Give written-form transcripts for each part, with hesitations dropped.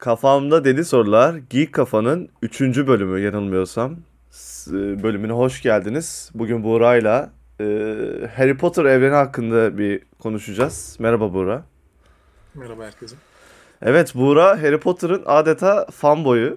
Kafamda Deli Sorular Geek Kafa'nın üçüncü bölümü yanılmıyorsam. Bölümüne hoş geldiniz. Bugün Buğra'yla e, Harry Potter evreni hakkında bir konuşacağız. Merhaba Buğra. Merhaba herkese. Evet, Buğra Harry Potter'ın adeta fanboyu.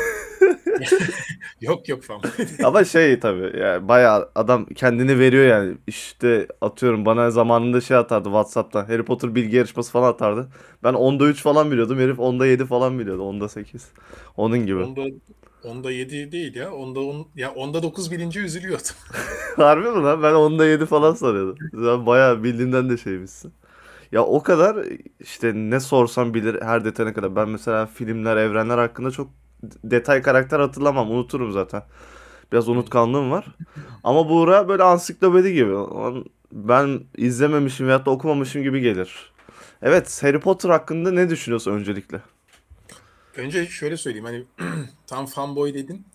Yok yok falan. Ama şey tabii yani bayağı adam kendini veriyor yani. İşte atıyorum bana zamanında şey atardı WhatsApp'tan. Harry Potter bilgi yarışması falan atardı. Ben onda 3 falan biliyordum. Herif onda 7 falan biliyordu. Onda 8. Onun gibi. Onda onda 7 değil ya. Onda 10 ya onda 9 bilince üzülüyordum. Harbi mi lan? Ben onda 7 falan sanıyordum. Sen bayağı bildiğinden de şeymişsin. Ya o kadar işte ne sorsam bilir her detayına kadar. Ben mesela filmler, evrenler hakkında çok detay karakter hatırlamam. Unuturum zaten. Biraz unutkanlığım var. Ama Buğra böyle ansiklopedi gibi. Ben izlememişim veyahut da okumamışım gibi gelir. Evet, Harry Potter hakkında ne düşünüyorsun öncelikle? Önce şöyle söyleyeyim hani tam fanboy dedin.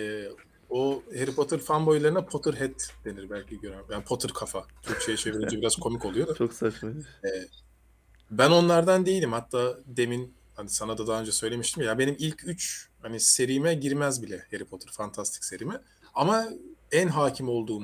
O Harry Potter fanboylarına Potterhead denir belki gören. Yani Potter kafa. Türkçe'ye çevirince biraz komik oluyor da. Çok saçmaymış. Ee, Ben onlardan değilim. Hatta demin hani sana da daha önce söylemiştim ya benim ilk 3 hani serime girmez bile Harry Potter fantastik serime. Ama en hakim olduğum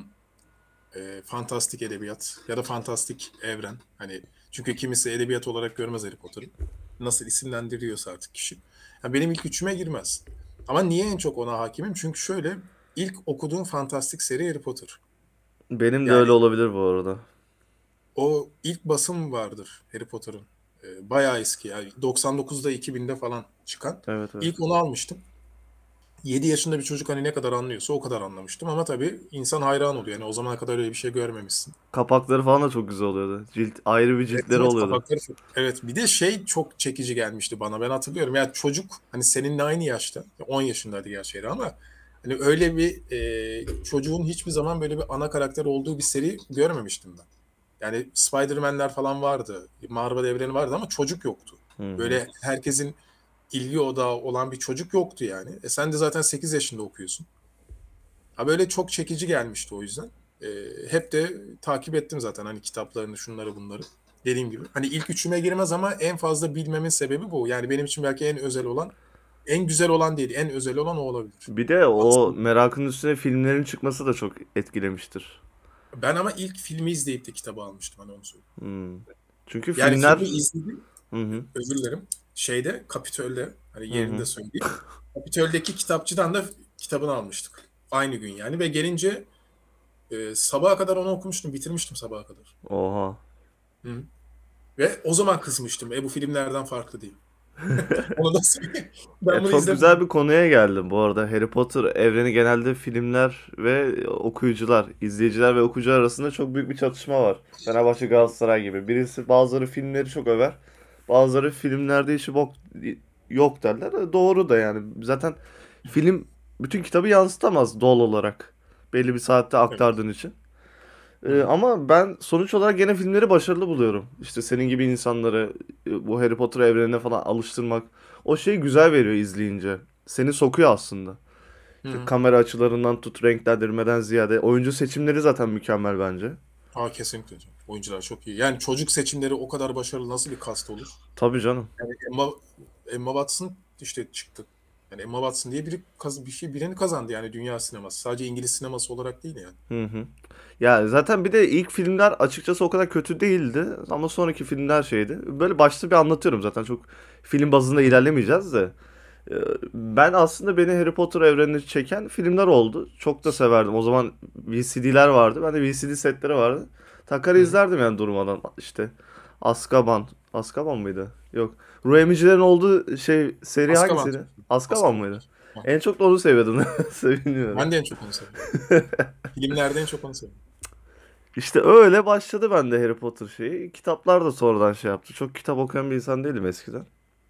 fantastik edebiyat ya da fantastik evren. Hani çünkü kimisi edebiyat olarak görmez Harry Potter'ı. Nasıl isimlendiriyorsa artık kişi. Yani benim ilk üçüme girmez. Ama niye en çok ona hakimim? Çünkü şöyle ilk okuduğum fantastik seri Harry Potter. Benim de öyle Yani olabilir bu arada. o ilk basım vardır Harry Potter'ın. Bayağı eski yani 99'da 2000'de falan çıkan. Evet, evet. İlk onu almıştım. 7 yaşında bir çocuk hani ne kadar anlıyorsa o kadar anlamıştım ama tabii insan hayran oluyor. Yani o zamana kadar öyle bir şey görmemişsin. Kapakları falan da çok güzel oluyordu. Ayrı bir Evet, ciltleri evet oluyordu. kapakları çok. Evet bir de şey çok çekici gelmişti bana. Ben hatırlıyorum. Yani çocuk hani seninle aynı yaşta. 10 yaşındaydı gerçi ama hani öyle bir çocuğun hiçbir zaman böyle bir ana karakter olduğu bir seri görmemiştim ben. Yani Spider-Man'ler falan vardı. Marvel evreni vardı ama çocuk yoktu. Hı hı. Böyle herkesin ilgi odağı olan bir çocuk yoktu yani. Sen de zaten 8 yaşında okuyorsun. Ha böyle çok çekici gelmişti o yüzden. Ee, Hep de takip ettim zaten hani kitaplarını şunları bunları. Dediğim gibi. Hani ilk üçüme girmez ama en fazla bilmemin sebebi bu. Yani benim için belki en özel olan, en güzel olan değil, en özel olan o olabilir. Bir de o Aslında merakın üstüne filmlerin çıkması da çok etkilemiştir. ben ama ilk filmi izleyip de kitabı almıştım hani onu söyleyeyim. Hmm. Çünkü Yani filmi filmler... izledim, Hı hı. özür dilerim. Şeyde, Kapitöl'de, hani Hı yerinde hı. söyleyeyim. Kapitöl'deki kitapçıdan da kitabını almıştık. Aynı gün yani ve gelince sabaha kadar onu okumuştum, bitirmiştim sabaha kadar. Oha. Hı. Ve o zaman kızmıştım. Bu filmlerden farklı değil. Onu da söyleyeyim. Ben bunu Çok güzel izlemedim. bir konuya geldim bu arada. Harry Potter evreni genelde filmler ve okuyucular, izleyiciler ve okuyucular arasında çok büyük bir çatışma var. Fenerbahçe Galatasaray gibi. Birisi bazıları filmleri çok över. Bazıları filmlerde işi bok yok derler. Doğru da yani. Zaten film bütün kitabı yansıtamaz doğal olarak. Belli bir saatte Evet. aktardığın için. Hı hı. Ama ben sonuç olarak gene filmleri başarılı buluyorum. İşte senin gibi insanları bu Harry Potter evrenine falan alıştırmak. O şeyi güzel veriyor izleyince. Seni sokuyor aslında. Hı İşte hı. kamera açılarından tut renklendirmeden ziyade. Oyuncu seçimleri zaten mükemmel bence. Kesinlikle hocam. Oyuncular çok iyi. Yani çocuk seçimleri o kadar başarılı nasıl bir kast olur? Tabii canım. Yani Emma Watson işte çıktı. Yani Emma Watson diye birini kazandı yani dünya sineması. Sadece İngiliz sineması olarak değil yani. Hı hı. Ya zaten bir de ilk filmler açıkçası o kadar kötü değildi. Ama sonraki filmler şeydi. Böyle başta bir anlatıyorum zaten. Çok film bazında ilerlemeyeceğiz de. Ee, Ben aslında beni Harry Potter evrenine çeken filmler oldu. Çok da severdim. O zaman VCD'ler vardı. Bende VCD setleri vardı. Takar Hı hı. izlerdim yani durmadan. İşte Azkaban. Azkaban mıydı? Yok. Ruh Emicilerin olduğu şey seri Azkaban hangisiydi? tabii. Azkaban Azkaban. mıydı? Hı. En çok da onu seviyordum. Seviniyorum. Ben de en çok onu seviyorum. Filmlerde en çok onu seviyorum. İşte öyle başladı bende Harry Potter şeyi. Kitaplar da sonradan şey yaptı. Çok kitap okuyan bir insan değilim eskiden.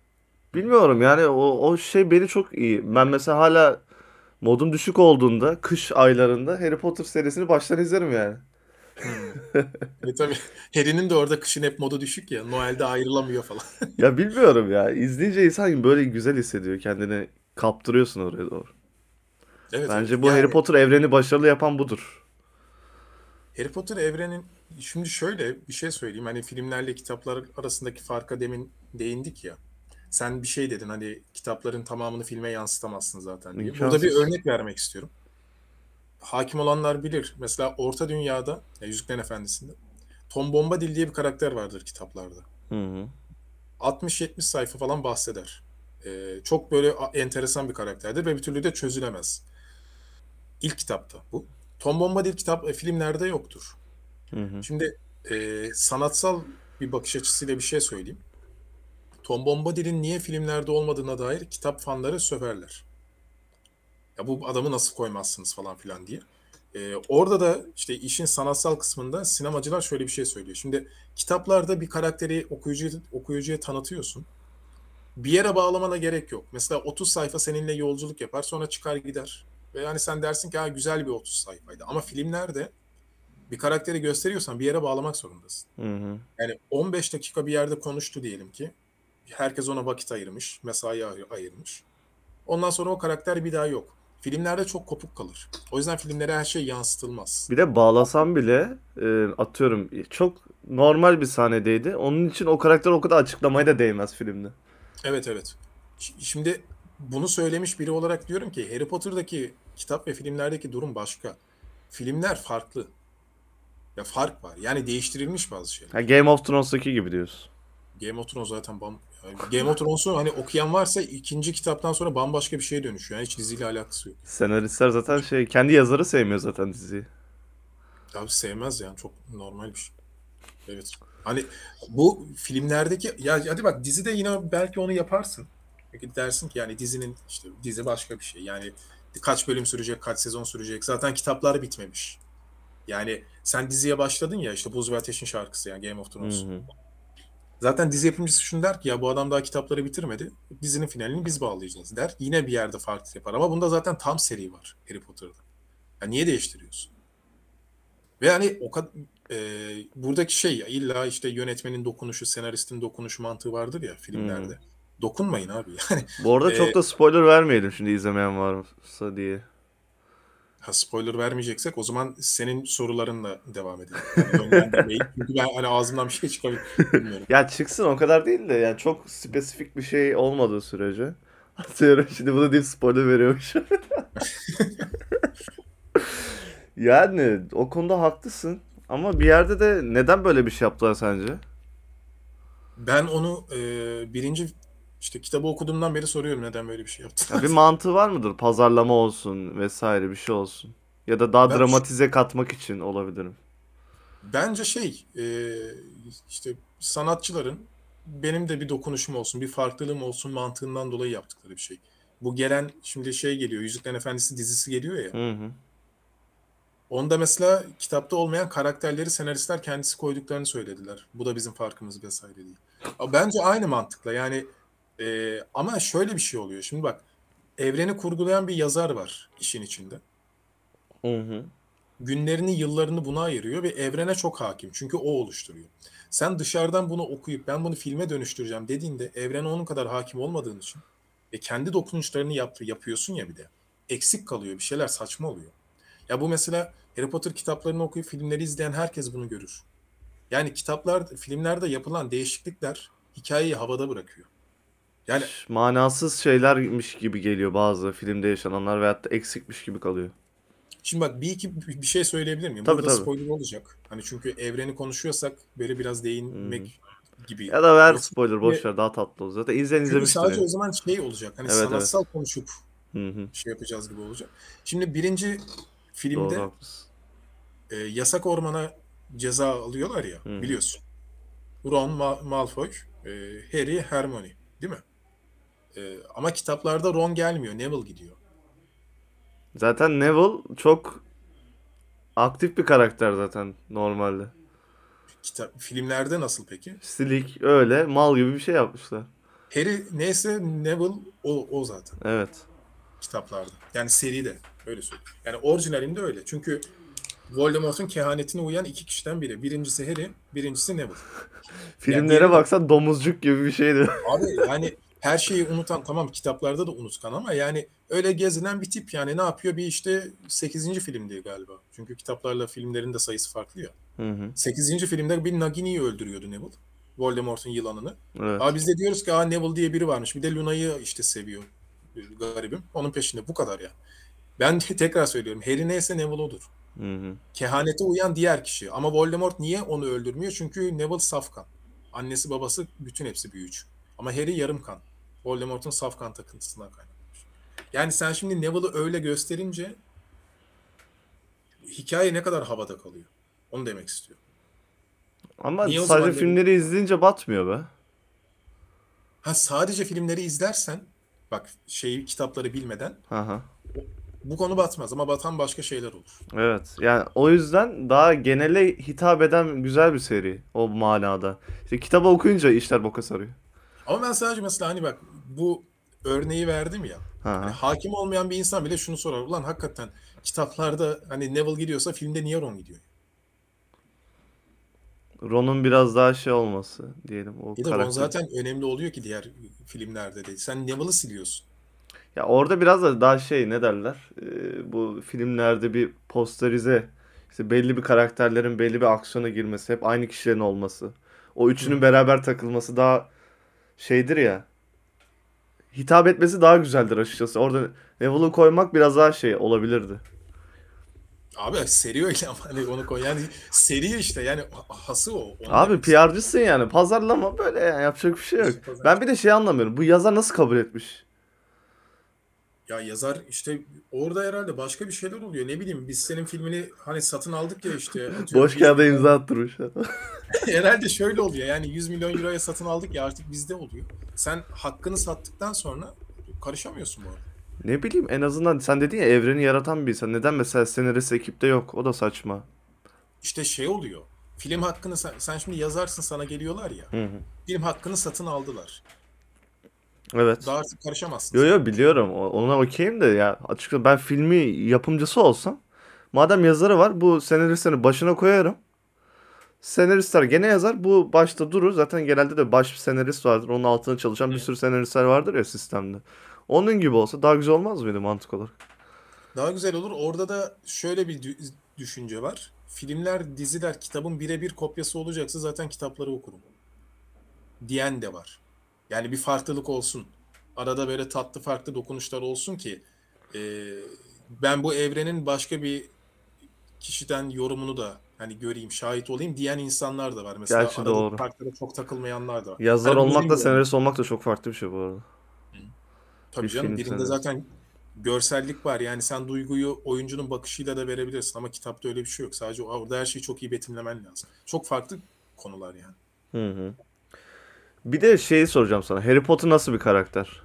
Hı hı. Bilmiyorum yani o şey beni çok iyi. Ben mesela hala modum düşük olduğunda kış aylarında Harry Potter serisini baştan izlerim yani. Hı. Tabii Harry'nin de orada kışın hep modu düşük ya. Noel'de ayrılamıyor falan. Ya bilmiyorum ya. İzleyince insan böyle güzel hissediyor. Kendini kaptırıyorsun oraya doğru. Evet evet. Bence bu Harry Yani Potter evreni başarılı yapan budur. Harry Potter evrenin şimdi şöyle bir şey söyleyeyim. Hani filmlerle kitaplar arasındaki farka demin değindik ya. sen bir şey dedin hani kitapların tamamını filme yansıtamazsın zaten diye. Burada bir İmkansız. örnek vermek istiyorum. Hakim olanlar bilir. Mesela Orta Dünya'da, Yüzüklerin Efendisi'nde Tom Bombadil diye bir karakter vardır kitaplarda. Hı hı. 60-70 sayfa falan bahseder. Çok böyle enteresan bir karakterdir ve bir türlü de çözülemez. İlk kitapta bu. Tom Bombadil filmlerde yoktur. Hı hı. Şimdi sanatsal bir bakış açısıyla bir şey söyleyeyim. Tom Bombadil'in niye filmlerde olmadığına dair kitap fanları söverler. Ya bu adamı nasıl koymazsınız falan filan diye. Orada da işte işin sanatsal kısmında sinemacılar şöyle bir şey söylüyor. Şimdi kitaplarda bir karakteri okuyucuya tanıtıyorsun. Bir yere bağlamana gerek yok. Mesela 30 sayfa seninle yolculuk yapar, sonra çıkar gider. Ve yani sen dersin ki ha, güzel bir 30 sayfaydı. Ama filmlerde bir karakteri gösteriyorsan bir yere bağlamak zorundasın. Hı hı. Yani 15 dakika bir yerde konuştu diyelim ki. Herkes ona vakit ayırmış, mesai ayırmış. Ondan sonra o karakter bir daha yok. Filmlerde çok kopuk kalır. O yüzden filmlere her şey yansıtılmaz. Bir de bağlasam bile atıyorum çok normal bir sahnedeydi. Onun için o karakter o kadar açıklamaya da değmez filmde. Evet, evet. Şimdi bunu söylemiş biri olarak diyorum ki Harry Potter'daki kitap ve filmlerdeki durum başka. Filmler farklı. Ya fark var. Yani değiştirilmiş bazı Ha, şeyler. Game of Thrones'taki gibi diyorsun. Game of Thrones zaten yani Game of Thrones'u hani okuyan varsa ikinci kitaptan sonra bambaşka bir şeye dönüşüyor. Yani hiç diziyle alakası yok. Senaristler zaten şey kendi yazarı sevmiyor zaten diziyi. Abi sevmez yani çok normal bir şey. Evet. Hani bu filmlerdeki ya hadi bak dizide yine belki onu yaparsın. Peki dersin ki yani dizinin işte dizi başka bir şey. Yani kaç bölüm sürecek, kaç sezon sürecek. Zaten kitaplar bitmemiş. Yani sen diziye başladın ya işte Buz ve Ateş'in şarkısı yani Game of Hı Thrones. hı. Zaten dizi yapımcısı şunu der ki ya bu adam daha kitapları bitirmedi. Dizinin finalini biz bağlayacağız der. Yine bir yerde farklı yapar. Ama bunda zaten tam seri var Harry Potter'da. Ya niye değiştiriyorsun? Ve hani o kadar buradaki şey ya illa işte yönetmenin dokunuşu, senaristin dokunuşu mantığı vardır ya Hı hı. filmlerde. Dokunmayın abi. Yani Bu arada e, çok da spoiler vermeyelim şimdi izlemeyen varsa diye. spoiler vermeyeceksek o zaman senin sorularınla devam edelim. Yani yönlendirmeyi. Çünkü ben hani ağzımdan bir şey çıkabilir. Bilmiyorum. Ya çıksın o kadar değil de yani çok spesifik bir şey olmadığı sürece. Atıyorum şimdi bunu deyip spoiler veriyormuş. Yani o konuda haklısın. Ama bir yerde de neden böyle bir şey yaptılar sence? Ben onu birinci işte kitabı okuduğumdan beri soruyorum neden böyle bir şey Ya bir yaptılar. mantığı var mıdır? Pazarlama olsun vesaire bir şey olsun. Ya da daha Ben dramatize katmak için olabilirim. bence işte sanatçıların benim de bir dokunuşum olsun, bir farklılığım olsun mantığından dolayı yaptıkları bir şey. Bu gelen şimdi şey geliyor, Yüzüklerin Efendisi dizisi geliyor ya. Hı hı. Onda mesela kitapta olmayan karakterleri senaristler kendisi koyduklarını söylediler. Bu da bizim farkımız vesaire diye. Bence aynı mantıkla yani ama şöyle bir şey oluyor. Şimdi bak evreni kurgulayan bir yazar var işin içinde. Hı hı. Günlerini, yıllarını buna ayırıyor ve evrene çok hakim. Çünkü o oluşturuyor. Sen dışarıdan bunu okuyup ben bunu filme dönüştüreceğim dediğinde evrene onun kadar hakim olmadığın için ve kendi dokunuşlarını yapıyorsun ya bir de. Eksik kalıyor, bir şeyler saçma oluyor. Ya bu mesela Harry Potter kitaplarını okuyup filmleri izleyen herkes bunu görür. Yani filmlerde yapılan değişiklikler hikayeyi havada bırakıyor. Yani Manasız şeylermiş gibi geliyor bazı filmde yaşananlar veyahut da eksikmiş gibi kalıyor. şimdi bak bir şey söyleyebilir miyim? Tabii Burada tabii. spoiler olacak. Hani çünkü evreni konuşuyorsak böyle biraz Hı hı. değinmek gibi Ya da ver olacak. spoiler boş Ve ver daha tatlı olur. Zaten izleyen çünkü izlemiştir sadece ya. o zaman şey olacak. Hani Evet evet. sanatsal konuşup Hı hı. şey yapacağız gibi olacak. Şimdi birinci Doğru filmde haklısın. yasak ormana ceza alıyorlar ya Hı hı. biliyorsun. Ron, Malfoy, Harry, Hermione, değil mi? Ama kitaplarda Ron gelmiyor, Neville gidiyor. Zaten Neville çok aktif bir karakter zaten normalde. Filmlerde nasıl peki? Stilik öyle mal gibi bir şey yapmışlar. Harry neyse Neville o zaten Evet. kitaplarda. Yani seride öyle söyleyeyim. Yani orijinalinde öyle. Çünkü Voldemort'un kehanetine uyan iki kişiden biri. Birincisi Harry, birincisi Neville. Yani Filmlere diğeri baksan domuzcuk gibi bir şeydi. abi yani her şeyi unutan tamam kitaplarda da unutkan ama yani öyle gezinen bir tip yani ne yapıyor? Bir işte sekizinci filmdi galiba. Çünkü kitaplarla filmlerin de sayısı farklı ya. Hı hı. Sekizinci filmde bir Nagini'yi öldürüyordu Neville. Voldemort'un yılanını. Ama Evet. biz de diyoruz ki Neville diye biri varmış. Bir de Luna'yı işte seviyor. Garibim. Onun peşinde bu kadar ya. Ben tekrar söylüyorum. Harry neyse Neville odur. Hı hı. Kehanete uyan diğer kişi. Ama Voldemort niye onu öldürmüyor? Çünkü Neville safkan. Annesi babası bütün hepsi büyücü. Ama Harry yarım kan. Voldemort'un safkan takıntısından kaynaklanmış. Yani sen şimdi Neville'ı öyle gösterince hikaye ne kadar havada kalıyor. Onu demek istiyorum. Ama Niye o sadece zaman Neville... filmleri izleyince batmıyor be. Ha, sadece filmleri izlersen bak kitapları bilmeden Hı hı. bu konu batmaz ama batan başka şeyler olur. Evet. Yani o yüzden daha genele hitap eden güzel bir seri o manada. İşte kitabı okuyunca işler boka sarıyor. Ama ben sadece mesela hani bak bu örneği verdim ya. Hı Hani hı. hakim olmayan bir insan bile şunu sorar. Ulan hakikaten kitaplarda hani Neville gidiyorsa filmde niye Ron gidiyor? Ron'un biraz daha şey olması diyelim o Ya da Ron karakter. zaten önemli oluyor ki diğer filmlerde de. Sen Neville'ı siliyorsun. Ya orada biraz da daha şey ne derler? Bu filmlerde bir posterize işte belli bir karakterlerin belli bir aksiyona girmesi, hep aynı kişilerin olması. O Hı üçünün hı. beraber takılması daha şeydir ya. Hitap etmesi daha güzeldir açıkçası. Orada Neville'ı koymak biraz daha şey olabilirdi. Abi seri öyle ama hani onu koy. Yani seri işte yani hası o. Onu Abi demek istiyorum. PR'cısın yani. Pazarlama böyle yani yapacak bir şey yok. İşte pazar. Ben bir de şey anlamıyorum. Bu yazar nasıl kabul etmiş? Ya yazar işte orada herhalde başka bir şeyler oluyor. Ne bileyim biz senin filmini hani satın aldık ya işte atıyorum Boş 100 kağıda imza milyon. attırmış. Herhalde şöyle oluyor yani 100 milyon euroya satın aldık ya artık bizde oluyor. Sen hakkını sattıktan sonra karışamıyorsun bu arada. Ne bileyim en azından sen dedin ya evreni yaratan bir insan. Neden mesela senarist ekipte yok? O da saçma. İşte şey oluyor. Film hakkını sen şimdi yazarsın sana geliyorlar ya. Hı hı. Film hakkını satın aldılar. Evet. Daha artık karışamazsın Yo sen. yo biliyorum. Ona okeyim de ya açıkçası ben filmi yapımcısı olsam madem yazarı var bu senaristlerin başına koyarım. Senaristler gene yazar. Bu başta durur. Zaten genelde de baş bir senarist vardır. Onun altında çalışan bir Hı. sürü senaristler vardır ya sistemde. Onun gibi olsa daha güzel olmaz mıydı mantık olarak? Daha güzel olur. Orada da şöyle bir düşünce var. Filmler, diziler kitabın birebir kopyası olacaksa zaten kitapları okurum diyen de var. Yani bir farklılık olsun. Arada böyle tatlı farklı dokunuşlar olsun ki e, ben bu evrenin başka bir kişiden yorumunu da hani göreyim, şahit olayım diyen insanlar da var. Mesela Gerçi aradaki doğru. farklara çok takılmayanlar da var. Yazar Hani bunların olmakla yorumu. senarist olmak da çok farklı bir şey bu arada. Hı. Bir Tabii canım film birinde senarist. zaten görsellik var. Yani sen duyguyu oyuncunun bakışıyla da verebilirsin ama kitapta öyle bir şey yok. Sadece orada her şeyi çok iyi betimlemen lazım. Çok farklı konular yani. Hı hı. Bir de şeyi soracağım sana. Harry Potter nasıl bir karakter?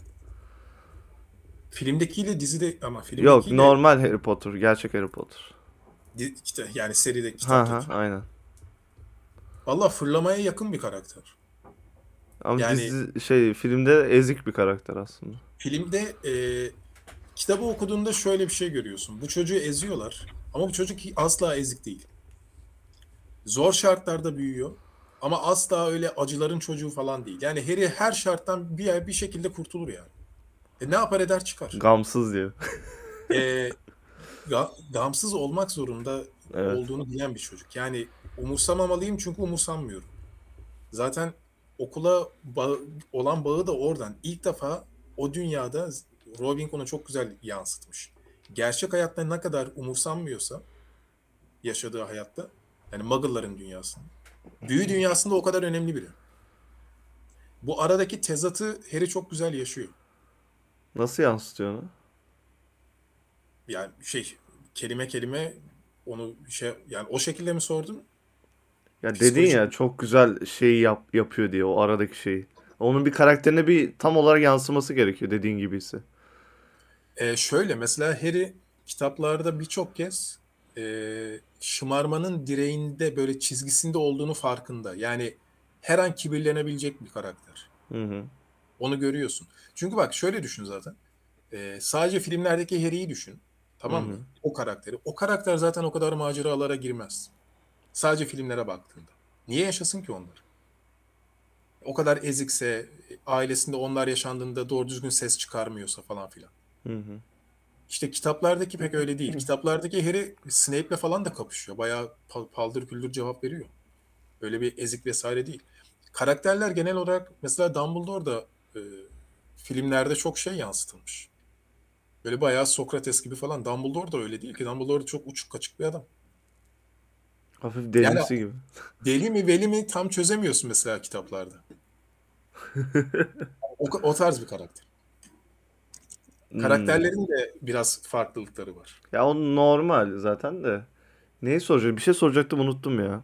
Filmdekiyle dizide ama Yok filmdekiyle normal Harry Potter. Gerçek Harry Potter. yani seride Ha ha kitaptaki. aynen. Valla fırlamaya yakın bir karakter. Ama Yani dizi şey filmde ezik bir karakter aslında. filmde kitabı okuduğunda şöyle bir şey görüyorsun. Bu çocuğu eziyorlar ama bu çocuk asla ezik değil. Zor şartlarda büyüyor ama asla öyle acıların çocuğu falan değil. Yani Harry her şarttan bir şekilde kurtulur yani. Ne yapar eder çıkar. Gamsız diye. E, gamsız olmak zorunda Evet. olduğunu bilen bir çocuk. Yani umursamamalıyım çünkü umursamıyorum. Zaten okula olan bağı da oradan. İlk defa o dünyada Rowling onu çok güzel yansıtmış. Gerçek hayatta ne kadar umursanmıyorsa yaşadığı hayatta yani Muggle'ların dünyasında. Büyü dünyasında o kadar önemli biri. Bu aradaki tezatı Harry çok güzel yaşıyor. Nasıl yansıtıyor onu? Yani kelime kelime onu yani o şekilde mi sordun? Ya dedin Psikolojik. ya çok güzel şeyi yapıyor diye o aradaki şeyi. Onun bir karakterine bir tam olarak yansıması gerekiyor dediğin gibiyse. Şöyle mesela Harry kitaplarda birçok kez şımarmanın direğinde böyle çizgisinde olduğunu farkında. Yani her an kibirlenebilecek bir karakter. Hı hı. Onu görüyorsun. Çünkü bak şöyle düşün zaten. Sadece filmlerdeki Harry'yi düşün. Hı Tamam hı. mı? O karakteri. O karakter zaten o kadar maceralara girmez. Sadece filmlere baktığında. Niye yaşasın ki onlar? O kadar ezikse, ailesinde onlar yaşandığında doğru düzgün ses çıkarmıyorsa falan filan. Hı hı. İşte kitaplardaki pek öyle değil. Kitaplardaki Harry Snape'le falan da kapışıyor. Bayağı paldır küldür cevap veriyor. Öyle bir ezik vesaire değil. Karakterler genel olarak mesela Dumbledore da e, filmlerde çok şey yansıtılmış. Böyle bayağı Sokrates gibi falan. Dumbledore da öyle değil ki. Dumbledore çok uçuk kaçık bir adam. Hafif Yani delimsi gibi. deli mi veli mi tam çözemiyorsun mesela kitaplarda. O tarz bir karakter. Hmm. Karakterlerin de biraz farklılıkları var. Ya o normal zaten de. Neyi soracak? Bir şey soracaktım, unuttum ya.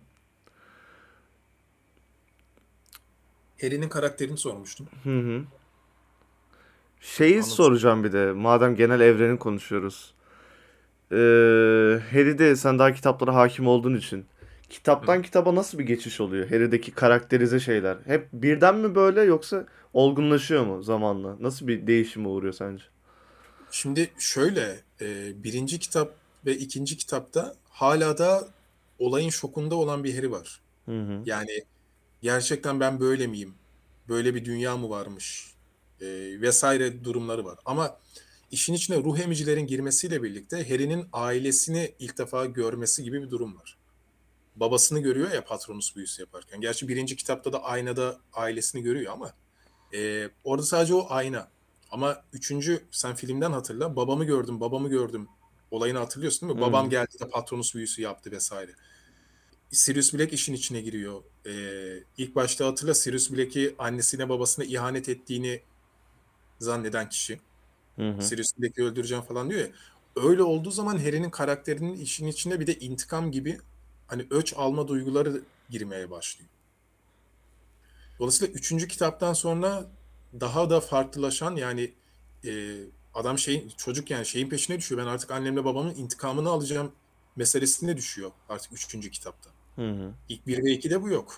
Harry'nin karakterini sormuştum. Hı hı. Şeyi Anlat. soracağım bir de. Madem genel evreni konuşuyoruz. Harry'de sen daha kitaplara hakim olduğun için. Hı. Kitaptan kitaba nasıl bir geçiş oluyor? Harry'deki karakterize şeyler. Hep birden mi böyle yoksa olgunlaşıyor mu zamanla? Nasıl bir değişime uğruyor sence? Şimdi şöyle, birinci kitap ve ikinci kitapta hala da olayın şokunda olan bir Harry var. Hı hı. Yani gerçekten ben böyle miyim? Böyle bir dünya mı varmış? Vesaire durumları var. Ama işin içine ruh emicilerin girmesiyle birlikte Harry'nin ailesini ilk defa görmesi gibi bir durum var. Babasını görüyor ya Patronus büyüsü yaparken. Gerçi birinci kitapta da aynada ailesini görüyor ama orada sadece o ayna. Ama üçüncü sen filmden hatırla. Babamı gördüm, babamı gördüm. Olayını hatırlıyorsun değil mi? Hı hı. Babam geldi de Patronus büyüsü yaptı vesaire. Sirius Black işin içine giriyor. İlk başta hatırla Sirius Black'i annesine babasına ihanet ettiğini zanneden kişi. Hı hı. Sirius Black'i öldüreceğim falan diyor ya. Öyle olduğu zaman Harry'nin karakterinin işin içine bir de intikam gibi hani öç alma duyguları girmeye başlıyor. Dolayısıyla üçüncü kitaptan sonra daha da farklılaşan yani e, adam şeyin çocuk yani şeyin peşine düşüyor. Ben artık annemle babamın intikamını alacağım meselesine düşüyor artık üçüncü kitapta. Hı hı. İlk 1 ve 2'de bu yok.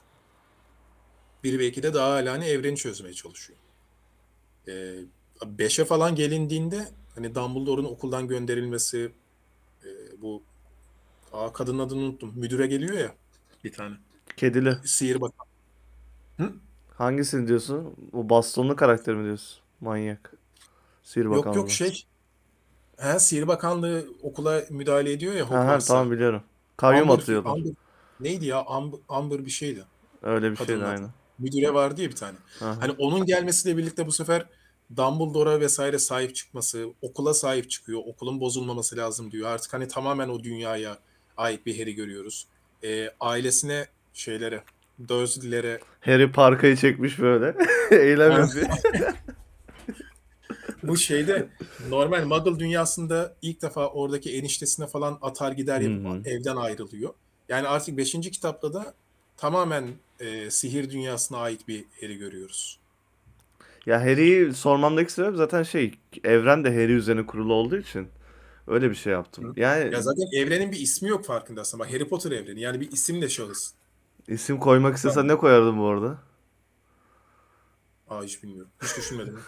1 ve 2'de daha hala hani evreni çözmeye çalışıyor. E, 5'e falan gelindiğinde hani Dumbledore'un okuldan gönderilmesi bu kadının adını unuttum. Müdüre geliyor ya bir tane. Kedili. Sihir bakan. Hı? Hangisini diyorsun? O bastonlu karakter mi diyorsun? Manyak. Sihir Yok yok Bakanlığı. şey. Sihir Bakanlığı okula müdahale ediyor ya Ha ha, tamam Hogwarts'a. biliyorum. Kayyum Amber, atıyorlar. Amber neydi ya? Amber bir şeydi Öyle bir şeydi kadının adı. aynı. Müdüre vardı ya bir tane. Aha. Hani onun gelmesiyle birlikte bu sefer Dumbledore'a vesaire sahip çıkması, okula sahip çıkıyor. Okulun bozulmaması lazım diyor. Artık hani tamamen o dünyaya ait bir Harry görüyoruz. Ailesine şeylere, Dursley'lere Harry Parka'yı çekmiş böyle. Eylem yapıyor. bu şeyde normal Muggle dünyasında ilk defa oradaki eniştesine falan atar gider Hı yapıp hı. evden ayrılıyor. Yani artık beşinci kitapta da tamamen sihir dünyasına ait bir Harry görüyoruz. Ya Harry'yi sormamdaki sebep zaten şey, evren de Harry üzerine kurulu olduğu için öyle bir şey yaptım. Hı. Yani Ya zaten evrenin bir ismi yok farkındaysan. Bak Harry Potter evreni yani bir isimle şahıs. isim koymak istesen Tamam. ne koyardın bu arada? Hiç bilmiyorum. Hiç düşünmedim.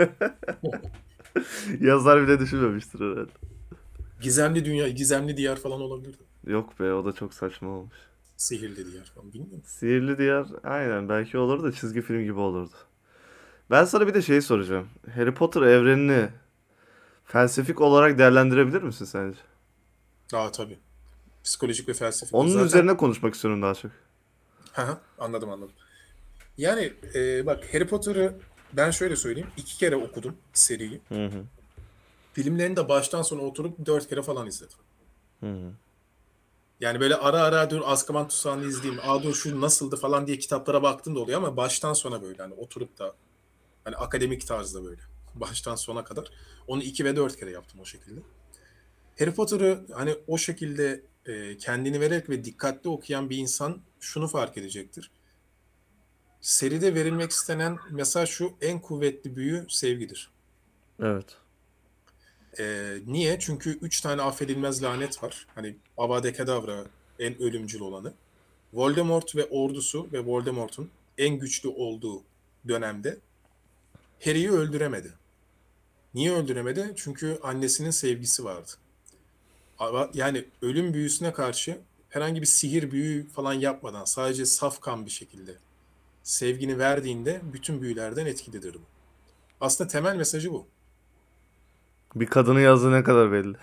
Yazar bile düşünmemiştir herhalde. Gizemli dünya, gizemli diyar falan olabilirdi. Yok be, o da çok saçma olmuş. Sihirli diyar falan bilmiyorum. Sihirli Diyar aynen belki olurdu da çizgi film gibi olurdu. Ben sana bir de şey soracağım. Harry Potter evrenini felsefik olarak değerlendirebilir misin sence? Tabii. Psikolojik ve felsefik. Onun Zaten üzerine konuşmak istiyorum daha çok. anladım anladım. Yani bak Harry Potter'ı ben şöyle söyleyeyim. 2 kere okudum seriyi. Hı hı. Filmlerini de baştan sona oturup 4 kere falan izledim. Hı hı. Yani böyle ara ara dur Azkaban Tutsağı'nı izleyeyim. Dur şu nasıldı falan diye kitaplara baktım da oluyor ama baştan sona böyle hani oturup da hani akademik tarzda böyle baştan sona kadar. Onu 2 ve 4 kere yaptım o şekilde. Harry Potter'ı hani o şekilde kendini vererek ve dikkatli okuyan bir insan şunu fark edecektir. Seride verilmek istenen mesaj şu: en kuvvetli büyü sevgidir. Evet. Niye? Çünkü 3 tane affedilmez lanet var. Hani Avada Kedavra en ölümcül olanı. Voldemort ve ordusu ve Voldemort'un en güçlü olduğu dönemde Harry'i öldüremedi. Niye öldüremedi? Çünkü annesinin sevgisi vardı. Yani ölüm büyüsüne karşı herhangi bir sihir büyü falan yapmadan sadece safkan bir şekilde sevgini verdiğinde bütün büyülerden etkilidir bu. Aslında temel mesajı bu. Bir kadının yazdığı ne kadar belli.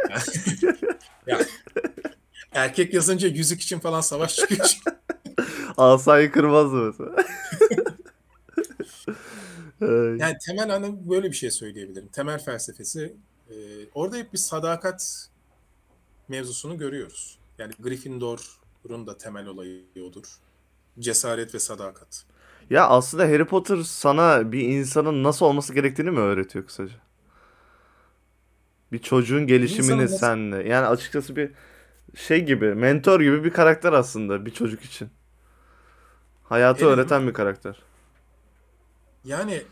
Ya erkek yazınca yüzük için falan savaş çıkıyor. Asayı kırmazdı mesela. Ay. Yani temel hani böyle bir şey söyleyebilirim. Temel felsefesi orada hep bir sadakat mevzusunu görüyoruz. Yani Gryffindor'un da temel olayı odur. Cesaret ve sadakat. Ya aslında Harry Potter sana bir insanın nasıl olması gerektiğini mi öğretiyor kısaca? Bir çocuğun Bir gelişimini insanın nasıl senle. Yani açıkçası bir şey gibi, mentor gibi bir karakter aslında bir çocuk için. Hayatı Harry mi? öğreten bir karakter. Yani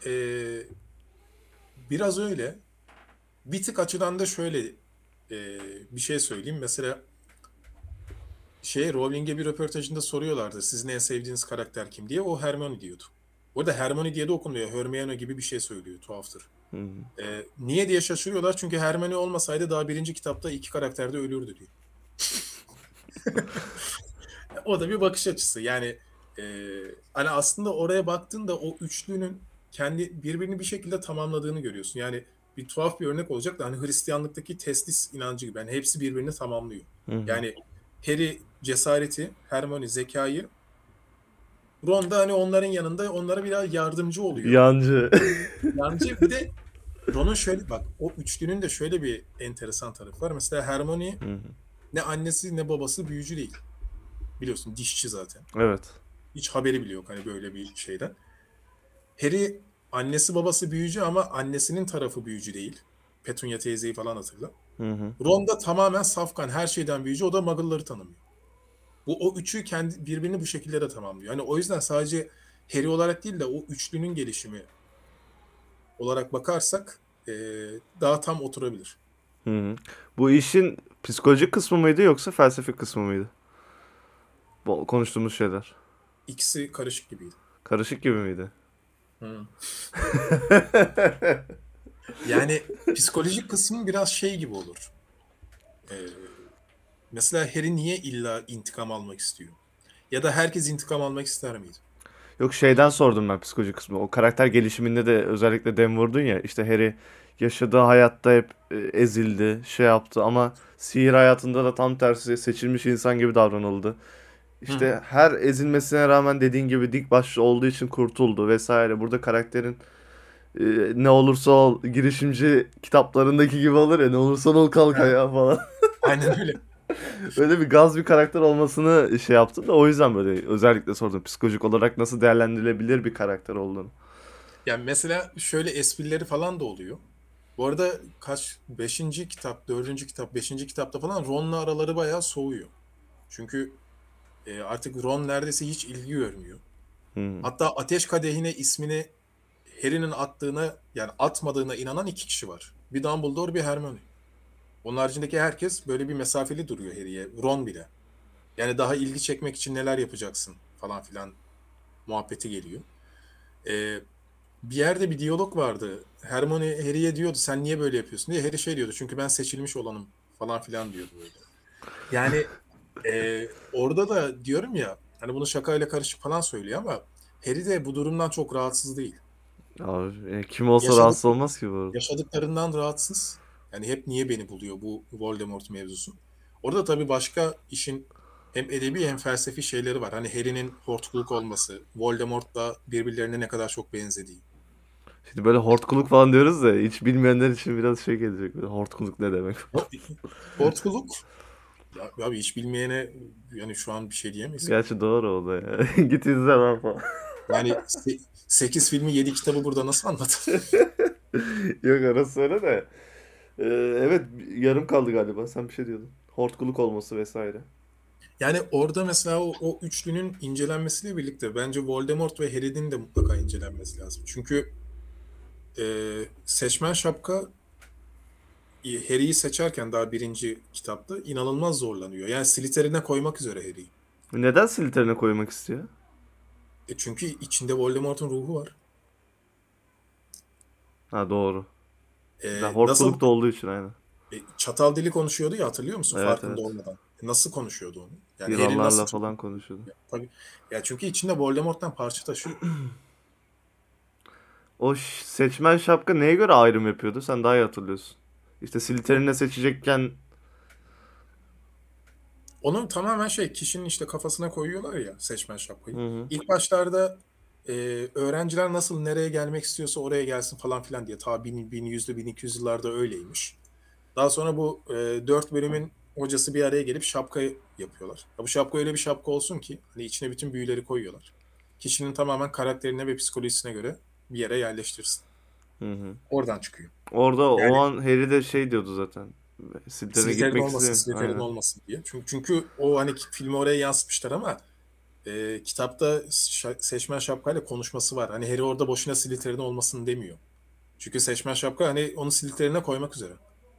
biraz öyle. Bir tık açıdan da şöyle bir şey söyleyeyim. Mesela Rowling'e bir röportajında soruyorlardı. Sizin en sevdiğiniz karakter kim diye. O Hermione diyordu. Bu arada Hermione diye de okunmuyor. Hermione gibi bir şey söylüyor. Tuhaftır. Hı. Niye diye şaşırıyorlar. Çünkü Hermione olmasaydı daha birinci kitapta iki karakter de ölürdü diyor. O da bir bakış açısı. Yani e, hani aslında oraya baktığında o üçlünün kendi birbirini bir şekilde tamamladığını görüyorsun. Yani bir tuhaf bir örnek olacak da hani Hristiyanlıktaki teslis inancı gibi. Yani hepsi birbirini tamamlıyor. Hı hı. Yani Harry cesareti, Hermione zekayı, Ron da hani onların yanında onlara biraz yardımcı oluyor. Yancı. Yancı bir de Ron'un şöyle bak o üçlünün de şöyle bir enteresan tarafı var. Mesela Hermione Hı hı. ne annesi ne babası büyücü değil. Biliyorsun dişçi zaten. Evet. Hiç haberi bile yok hani böyle bir şeyden. Harry annesi babası büyücü ama annesinin tarafı büyücü değil. Petunia teyzeyi falan hatırla. Hı hı. Ron da tamamen safkan her şeyden büyücü. O da Muggle'ları tanımıyor. O üçü kendi birbirini bu şekilde de tamamlıyor. Yani o yüzden sadece Harry olarak değil de o üçlünün gelişimi olarak bakarsak daha tam oturabilir. Hı hı. Bu işin psikolojik kısmı mıydı yoksa felsefik kısmı mıydı? Bu konuştuğumuz şeyler. İkisi karışık gibiydi. Karışık gibi miydi? Hı. Yani psikolojik kısmı biraz şey gibi olur. E, Mesela Harry niye illa intikam almak istiyor? Ya da herkes intikam almak ister miydi? Yok şeyden sordum ben psikolojik kısmı. O karakter gelişiminde de özellikle dem vurdun ya. İşte Harry yaşadığı hayatta hep ezildi, şey yaptı ama sihir hayatında da tam tersi seçilmiş insan gibi davranıldı. Hı hı. İşte her ezilmesine rağmen dediğin gibi dik başlı olduğu için kurtuldu vesaire. Burada karakterin e, ne olursa ol girişimci kitaplarındaki gibi olur ya ne olursa ol kalk Ha, ayağa falan. aynen öyle. Öyle bir gaz bir karakter olmasını şey yaptım da o yüzden böyle özellikle sordum. Psikolojik olarak nasıl değerlendirilebilir bir karakter olduğunu. Yani mesela şöyle esprileri falan da oluyor. Bu arada kaç, beşinci kitap, dördüncü kitap, beşinci kitapta falan Ron'la araları bayağı soğuyor. Çünkü artık Ron neredeyse hiç ilgi görmüyor. Hmm. Hatta Ateş Kadehi'ne ismini Harry'nin attığına yani atmadığına inanan iki kişi var. Bir Dumbledore, bir Hermione. Onun haricindeki herkes böyle bir mesafeli duruyor Harry'e. Ron bile. Yani daha ilgi çekmek için neler yapacaksın falan filan muhabbeti geliyor. E, Bir yerde bir diyalog vardı. Hermione Harry'e diyordu sen niye böyle yapıyorsun diye. Harry şey diyordu çünkü ben seçilmiş olanım falan filan diyordu böyle. Yani orada da diyorum ya hani bunu şakayla karışık falan söylüyor ama Harry de bu durumdan çok rahatsız değil. Abi, kim olsa Yaşadık, rahatsız olmaz ki bu arada. yaşadıklarından rahatsız. Yani hep niye beni buluyor bu Voldemort mevzusu. Orada tabii başka işin hem edebi hem felsefi şeyleri var. Hani Harry'nin hortkuluk olması, Voldemort'la birbirlerine ne kadar çok benzediği. Şimdi böyle hortkuluk falan diyoruz da hiç bilmeyenler için biraz şey gelecek. Böyle hortkuluk ne demek? Hortkuluk ya abi hiç bilmeyene yani şu an bir şey diyemeyiz. Gerçi doğru o da ya. Git izle lan falan. Yani 8 filmi 7 kitabı burada nasıl anlatılır? Yok orası öyle de. Ee, evet yarım kaldı galiba. Sen bir şey diyordun. Hortkuluk olması vesaire. Yani orada mesela o üçlünün incelenmesiyle birlikte bence Voldemort ve Harry'nin de mutlaka incelenmesi lazım. Çünkü seçmen şapka Harry'yi seçerken daha birinci kitapta inanılmaz zorlanıyor. Yani Slytherin'e koymak üzere Harry'yi. Neden Slytherin'e koymak istiyor? Çünkü içinde Voldemort'un ruhu var. Ha doğru. Nasıl Hortkuluk da olduğu için aynen. çatal dili konuşuyordu ya hatırlıyor musun Evet farkında evet. olmadan? Nasıl konuşuyordu onu? Yani Harry Yılanlarla nasıl falan konuşuyordu. tabii ya çünkü içinde Voldemort'tan parça taşıyor. O seçmen şapka neye göre ayrım yapıyordu? Sen daha iyi hatırlıyorsun. İşte O Slytherin'e seçecekken Onu tamamen kişinin işte kafasına koyuyorlar ya seçmen şapkayı. Hı hı. İlk başlarda e, öğrenciler nasıl nereye gelmek istiyorsa oraya gelsin falan filan diye. Ta 1100'lü 1200 yıllarda öyleymiş. Daha sonra bu 4 bölümün hocası bir araya gelip şapka yapıyorlar. Ya bu şapka öyle bir şapka olsun ki hani içine bütün büyüleri koyuyorlar. Kişinin tamamen karakterine ve psikolojisine göre bir yere yerleştirsin. Hı hı. Oradan çıkıyor. Orada o Yani an Harry de şey diyordu zaten. Slytherin'e Slytherin gitmek olmasın, istiyor. Slytherin Aynen. olmasın diye. Çünkü o hani filmi oraya yansıtmışlar ama kitapta seçmen şapkayla konuşması var. Hani Harry orada boşuna Slytherin olmasın demiyor. Çünkü seçmen şapka hani onu Slytherin'e koymak üzere.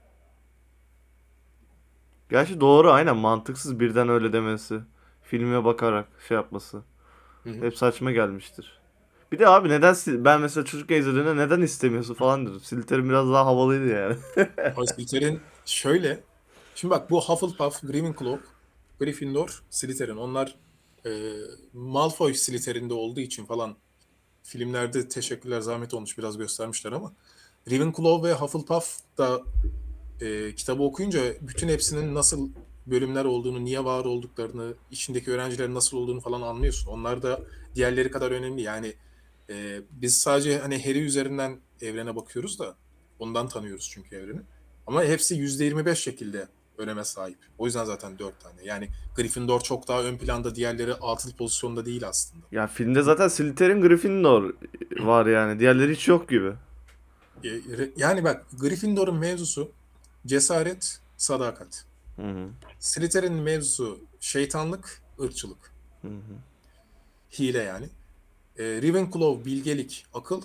Gerçi doğru, aynen, mantıksız birden öyle demesi. Filme bakarak şey yapması. Hı hı. Hep saçma gelmiştir. Bir de abi neden ben mesela çocukken izlediğimde neden istemiyorsun falan dedim. Slytherin biraz daha havalıydı yani. O Slytherin şöyle. Şimdi bak bu Hufflepuff, Ravenclaw, Gryffindor, Slytherin. Onlar Malfoy Slytherin'de olduğu için falan filmlerde teşekkürler zahmet olmuş biraz göstermişler ama Ravenclaw ve Hufflepuff da kitabı okuyunca bütün hepsinin nasıl bölümler olduğunu, niye var olduklarını, içindeki öğrencilerin nasıl olduğunu falan anlıyorsun. Onlar da diğerleri kadar önemli. Yani biz sadece hani Harry üzerinden evrene bakıyoruz da ondan tanıyoruz çünkü evreni. Ama hepsi %25 şekilde öneme sahip. O yüzden zaten 4 tane. Yani Gryffindor çok daha ön planda, diğerleri atıl pozisyonda değil aslında. Ya filmde zaten Slytherin, Gryffindor var yani. Diğerleri hiç yok gibi. Yani bak Gryffindor'un mevzusu cesaret, sadakat. Hı hı. Slytherin'in mevzusu şeytanlık, ırkçılık. Hı hı. Hile yani. Ravenclaw bilgelik, akıl.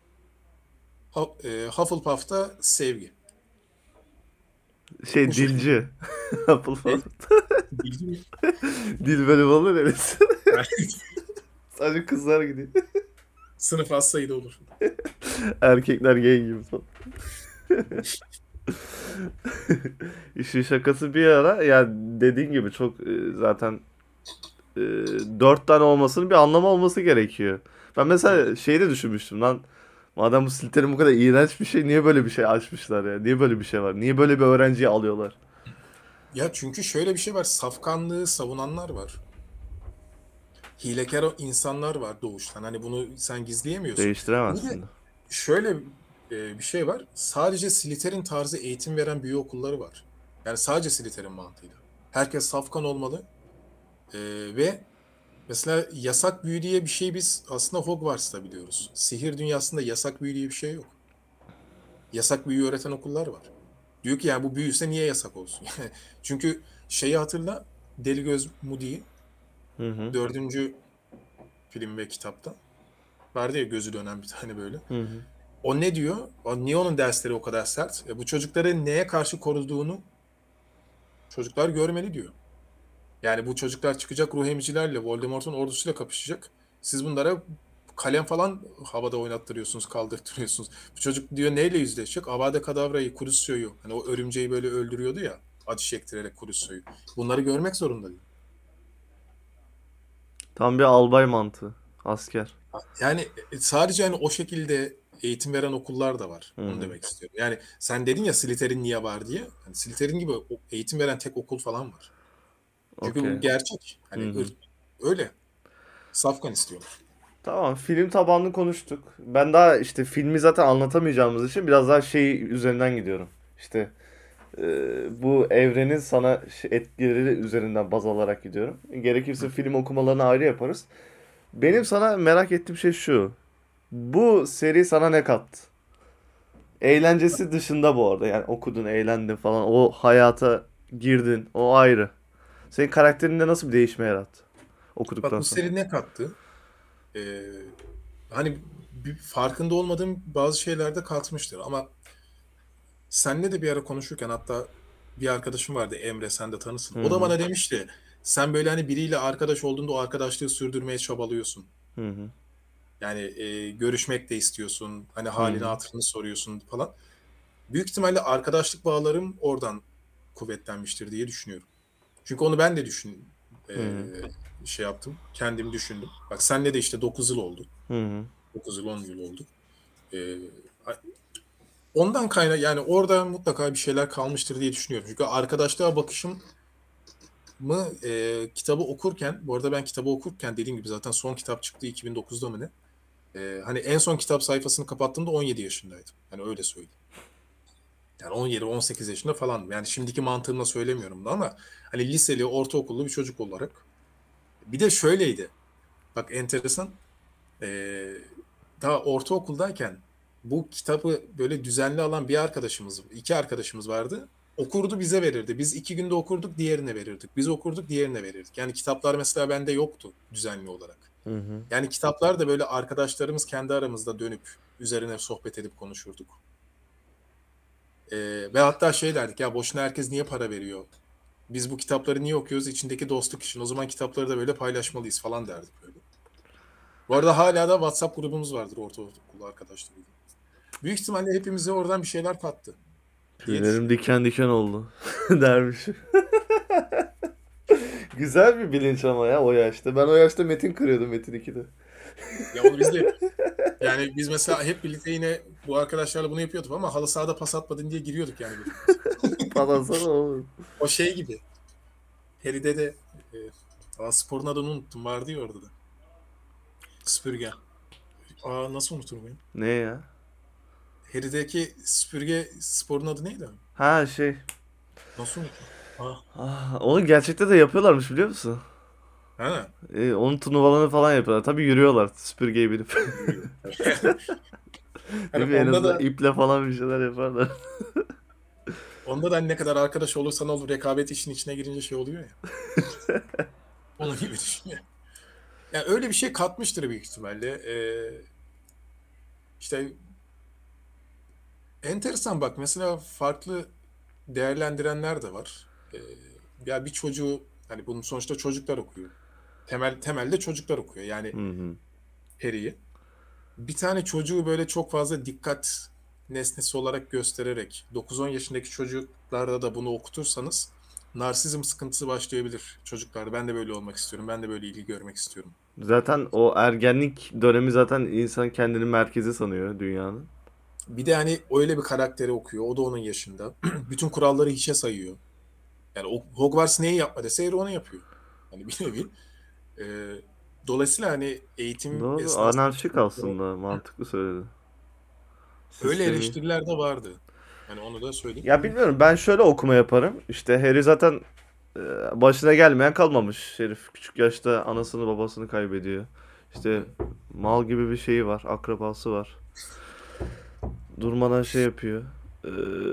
Hufflepuff'ta sevgi. Bu şekilde. Dilci. Ne? Hufflepuff. Bilgi mi? Dil bölümü olur ya. Yani Sadece kızlar gidiyor. sınıf az sayıda olur. Erkekler gay gibi falan. İşin şakası bir ara, ya dediğin gibi çok zaten e, 4 tane olmasının bir anlamı olması gerekiyor. Ben Evet. mesela şeyi de düşünmüştüm lan. Madem bu Slytherin bu kadar iğrenç bir şey, niye böyle bir şey açmışlar ya? Niye böyle bir şey var? Niye böyle bir öğrenciyi alıyorlar? Ya çünkü şöyle bir şey var. Safkanlığı savunanlar var. Hilekar insanlar var doğuştan. Hani bunu sen gizleyemiyorsun. Bir Değiştiremezsin de de. şöyle bir şey var. Sadece Slytherin tarzı eğitim veren büyü okulları var. Yani sadece Slytherin mantığıyla. Herkes safkan olmalı. E, ve mesela yasak büyü diye bir şey biz aslında Hogwarts'ta biliyoruz. Sihir dünyasında yasak büyü diye bir şey yok. Yasak büyü öğreten okullar var. Diyor ki yani bu büyüyse niye yasak olsun? Çünkü şeyi hatırla Deli Göz Moody'yi Hı hı. dördüncü film ve kitapta vardı ya gözü dönen bir tane böyle. Hı hı. O ne diyor? Niye onun dersleri o kadar sert? Bu çocukları neye karşı koruduğunu çocuklar görmeli diyor. Yani bu çocuklar çıkacak ruh emicilerle, Voldemort'un ordusuyla kapışacak. Siz bunlara kalem falan havada oynattırıyorsunuz, kaldırtıyorsunuz. Bu çocuk diyor neyle yüzleşecek? Avada Kedavra'yı, Crucio'yu, hani o örümceği böyle öldürüyordu ya, ateş çektirerek Crucio'yu. Bunları görmek zorunda diyor. Tam bir albay mantığı. Asker. Yani sadece hani o şekilde eğitim veren okullar da var. Hı Onu hı. demek istiyorum. Yani sen dedin ya Slytherin niye var diye. Hani Slytherin gibi eğitim veren tek okul falan var. Çünkü Okey. bu gerçek. Hı Hani hı. öyle. Safkan istiyorlar. Tamam, film tabanlı konuştuk. Ben daha işte filmi zaten anlatamayacağımız için biraz daha şey üzerinden gidiyorum. İşte bu evrenin sana etkileri üzerinden baz alarak gidiyorum. Gerekirse film okumalarını ayrı yaparız. Benim sana merak ettiğim şey şu. Bu seri sana ne kattı? Eğlencesi dışında bu arada. Yani okudun, eğlendin falan. O hayata girdin. O ayrı. Senin karakterinde nasıl bir değişme yarattı Bak okuduktan bu sonra? seri ne kattı? Ee, hani bir farkında olmadığım bazı şeyler de katmıştır. Ama senle de bir ara konuşurken hatta bir arkadaşım vardı Emre sen de tanısın. Hı O da hı. bana demişti sen böyle hani biriyle arkadaş olduğunda o arkadaşlığı sürdürmeye çabalıyorsun. Hı hı. Yani görüşmek de istiyorsun. Hani Hı halini hı. hatırını soruyorsun falan. Büyük ihtimalle arkadaşlık bağlarım oradan kuvvetlenmiştir diye düşünüyorum. Çünkü onu ben de Hı hı. şey yaptım. Kendim düşündüm. Bak senle de işte 9 yıl oldu. Hı hı. 9 yıl 10 yıl oldu. E, ondan kaynak yani orada mutlaka bir şeyler kalmıştır diye düşünüyorum. Çünkü arkadaşlığa bakışım kitabı okurken, bu arada ben kitabı okurken dediğim gibi zaten son kitap çıktı 2009'da mı ne? Hani en son kitap sayfasını kapattığımda 17 yaşındaydım. Hani öyle söyleyeyim. Yani 17-18 yaşında falandım. Yani şimdiki mantığımla söylemiyorum da ama hani liseli, ortaokullu bir çocuk olarak. Bir de şöyleydi. Bak enteresan. Ee, Daha ortaokuldayken bu kitabı böyle düzenli alan bir arkadaşımız, iki arkadaşımız vardı. Okurdu bize verirdi. Biz 2 günde okurduk, diğerine verirdik. Biz okurduk, diğerine verirdik. Yani kitaplar mesela bende yoktu düzenli olarak. Hı hı. Yani kitaplar da böyle arkadaşlarımız kendi aramızda dönüp üzerine sohbet edip konuşurduk. Ve hatta şey derdik ya boşuna herkes niye para veriyor? Biz bu kitapları niye okuyoruz? İçindeki dostluk için. O zaman kitapları da böyle paylaşmalıyız falan derdik böyle. Bu arada hala da WhatsApp grubumuz vardır ortaokul arkadaşlarıyla. Büyük ihtimalle hepimize oradan bir şeyler kattı diye Tüylerim düşünüyorum. diken diken oldu dermiş. Güzel bir bilinç ama ya o yaşta. Ben o yaşta metin kırıyordum Metin 2'de. Ya onu biz de yani biz mesela hep birlikte yine bu arkadaşlarla bunu yapıyorduk ama halı sahada pas atmadın diye giriyorduk yani birbirimize. Palansana oğlum. O şey gibi. Harry'de de sporun adını unuttum. Vardı ya orada da. Süpürge. Nasıl unuturum ya? Ne ya? Harry'deki süpürge sporun adı neydi? Ha şey. Nasıl unuturum? Onu gerçekte de yapıyorlarmış biliyor musun? Ha. Onun turnuvalarını falan yapıyorlar. Tabii yürüyorlar süpürgeyi binip. Yürüyor. Ne Hani bileyim en azından iple falan bir şeyler yaparlar. onda da hani ne kadar arkadaş olursan ol rekabet işin içine girince şey oluyor ya. Onun gibi düşünüyor. Yani öyle bir şey katmıştır büyük ihtimalle. İşte enteresan bak mesela farklı değerlendirenler de var. Ya bir çocuğu hani bunun sonuçta çocuklar okuyor. Temelde çocuklar okuyor. Yani Hı hı. Harry'i. Bir tane çocuğu böyle çok fazla dikkat nesnesi olarak göstererek 9-10 yaşındaki çocuklarda da bunu okutursanız narsizm sıkıntısı başlayabilir çocuklarda. Ben de böyle olmak istiyorum. Ben de böyle ilgi görmek istiyorum. Zaten o ergenlik dönemi zaten insan kendini merkezi sanıyor dünyanın. Bir de hani öyle bir karakteri okuyor. O da onun yaşında. Bütün kuralları hiçe sayıyor. Yani Hogwarts neyi yapma dese Harry onu yapıyor. Hani bir nevi. Ee, Dolayısıyla hani eğitim Doğru. esnasında Anarşik aslında. Mantıklı söyledi. öyle Sistemi. eleştiriler de vardı. Hani onu da söyleyeyim. Ya bilmiyorum ben şöyle okuma yaparım. İşte Harry zaten e, başına gelmeyen kalmamış. Herif küçük yaşta anasını babasını kaybediyor. İşte mal gibi bir şeyi var. Akrabası var. Durmadan şey yapıyor. Ee,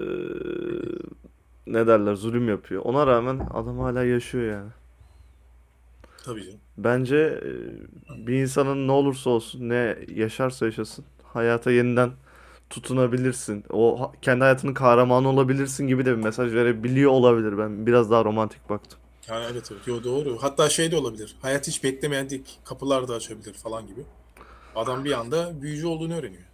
ne derler zulüm yapıyor. Ona rağmen adam hala yaşıyor yani. Tabii canım. Bence bir insanın ne olursa olsun ne yaşarsa yaşasın hayata yeniden tutunabilirsin. Kendi hayatının kahramanı olabilirsin gibi de bir mesaj verebiliyor olabilir. Ben biraz daha romantik baktım. Yani evet, evet. Yo, doğru. Hatta şey de olabilir. Hayat hiç beklemedik kapılar da açabilir falan gibi. Adam bir anda büyücü olduğunu öğreniyor.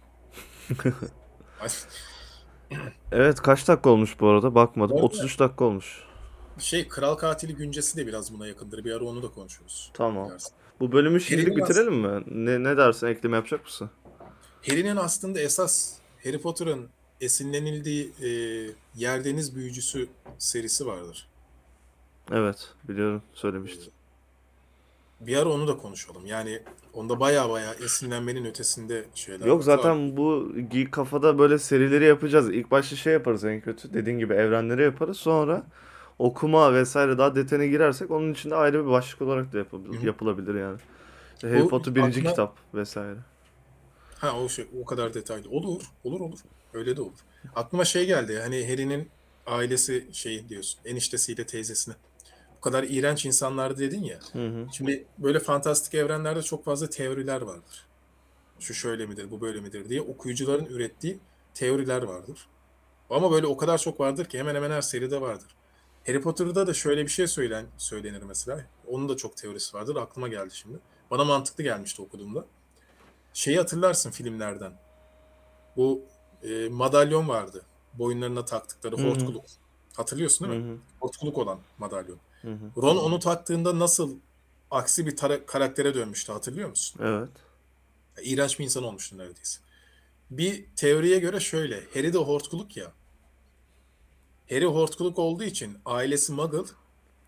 Evet kaç dakika olmuş bu arada bakmadım. Bu arada 33 dakika olmuş. şey Kral Katili güncesi de biraz buna yakındır. Bir ara onu da konuşuruz. Tamam. Dersin. Bu bölümü şimdilik Harry'nin bitirelim mi? Ne dersin? Ekleme yapacak mısın? Harry'nin aslında esas Harry Potter'ın esinlenildiği Yer Deniz Büyücüsü serisi vardır. Evet biliyorum söylemiştin. Bir ara onu da konuşalım. Yani onda baya baya esinlenmenin ötesinde şeyler Yok var. Ta zaten bu Geek Kafada böyle serileri yapacağız. İlk başta şey yaparız en kötü. Dediğin gibi evrenleri yaparız. Sonra okuma vesaire daha detayına girersek onun için de ayrı bir başlık olarak da Hı hı. yapılabilir yani. İşte Harry Bu Potter birinci aklıma kitap vesaire. o şey o kadar detaylı. Olur, olur, olur. Öyle de olur. Aklıma şey geldi. Hani Harry'nin ailesi şey diyorsun. Eniştesiyle teyzesine. Bu kadar iğrenç insanlar dedin ya. Hı hı. Şimdi böyle fantastik evrenlerde çok fazla teoriler vardır. Şu şöyle midir, bu böyle midir diye okuyucuların ürettiği teoriler vardır. Ama böyle o kadar çok vardır ki hemen hemen her seride vardır. Harry Potter'da da şöyle bir şey söylenir mesela. Onun da çok teorisi vardır. Aklıma geldi şimdi. Bana mantıklı gelmişti okuduğumda. Şeyi hatırlarsın filmlerden. Bu madalyon vardı. Boyunlarına taktıkları Hı hı. hortkuluk. Hatırlıyorsun Hı değil mi? hı. Hortkuluk olan madalyon. Hı hı. Ron onu taktığında nasıl aksi bir karaktere dönmüştü hatırlıyor musun? Evet. İğrenç bir insan olmuştu neredeyse. Bir teoriye göre şöyle. Harry de hortkuluk ya. Harry hortkuluk olduğu için ailesi Muggle.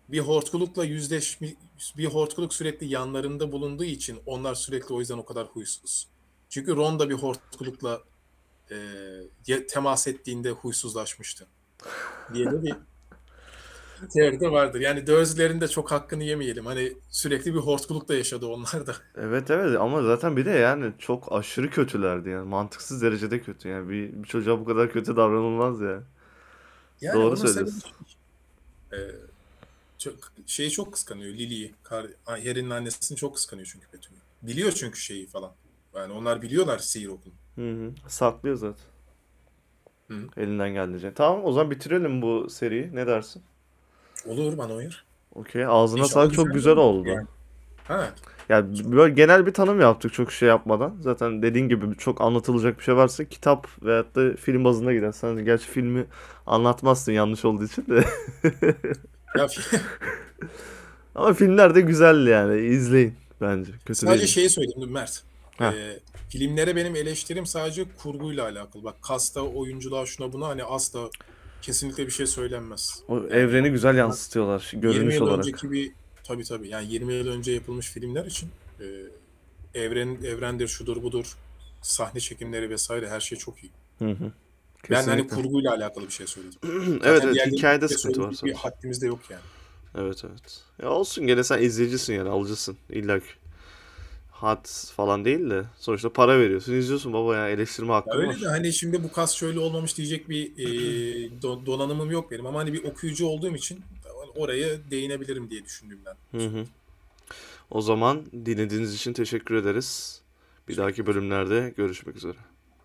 bir hortkuluk sürekli yanlarında bulunduğu için onlar sürekli o yüzden o kadar huysuz. Çünkü Ron da bir hortkulukla temas ettiğinde huysuzlaşmıştı diye de bir teori de vardır. Yani Dursley'lerin de çok hakkını yemeyelim. Hani sürekli bir hortkulukla yaşadı onlar da. Evet evet, ama zaten bir de yani çok aşırı kötülerdi yani. Mantıksız derecede kötü yani. Bir çocuğa bu kadar kötü davranılmaz ya. Yani Doğru onun sebebi söylüyorsun. e, şeyi çok kıskanıyor Lily'yi. Harry'nin annesini çok kıskanıyor çünkü Petunia. Biliyor çünkü şeyi falan. Yani onlar biliyorlar sihir okunu. Hı hı. Saklıyor zaten. Hı. Elinden geldiğince. Tamam, o zaman bitirelim bu seriyi. Ne dersin? Olur, bana uyar. Okey. Ağzına İnşallah sağlık. güzel Çok bir güzel oyun olur oldu. yani. Ha, Yani çok. böyle genel bir tanım yaptık çok şey yapmadan. Zaten dediğin gibi çok anlatılacak bir şey varsa kitap veyahut da film bazında gider. Sen gerçi filmi anlatmazsın yanlış olduğu için de. Ya Ama filmler de güzel yani. İzleyin bence. Kötü sadece değilmiş. şeyi söyleyeyim değil mi Mert? Heh. Filmlere benim eleştirim sadece kurguyla alakalı. Bak kasta, oyunculuğa, şuna buna hani asla kesinlikle bir şey söylenmez. O Yani evreni güzel yansıtıyorlar 20 görünüş yıl olarak. önceki bir tabii yani 20 yıl önce yapılmış filmler için evrendir, şudur budur, sahne çekimleri vesaire her şey çok iyi. Hı hı. Ben hani Kesinlikle. kurguyla alakalı bir şey söyledim. Evet Zaten evet, diğerlerine hikayede bir şey sıkıntı var söyleyecek bir sadece. haddimiz de yok yani. Evet evet. Ya olsun, gene sen izleyicisin yani, alıcısın. İlla ki hat falan değil de sonuçta para veriyorsun, izliyorsun baba, ya eleştirme Ya hakkın öyle de var. hani şimdi bu kas şöyle olmamış diyecek bir donanımım yok benim ama hani bir okuyucu olduğum için oraya değinebilirim diye düşündüğümden Hı hı. söyledim. O zaman dinlediğiniz için teşekkür ederiz. Bir Teşekkür dahaki ederim. bölümlerde görüşmek üzere.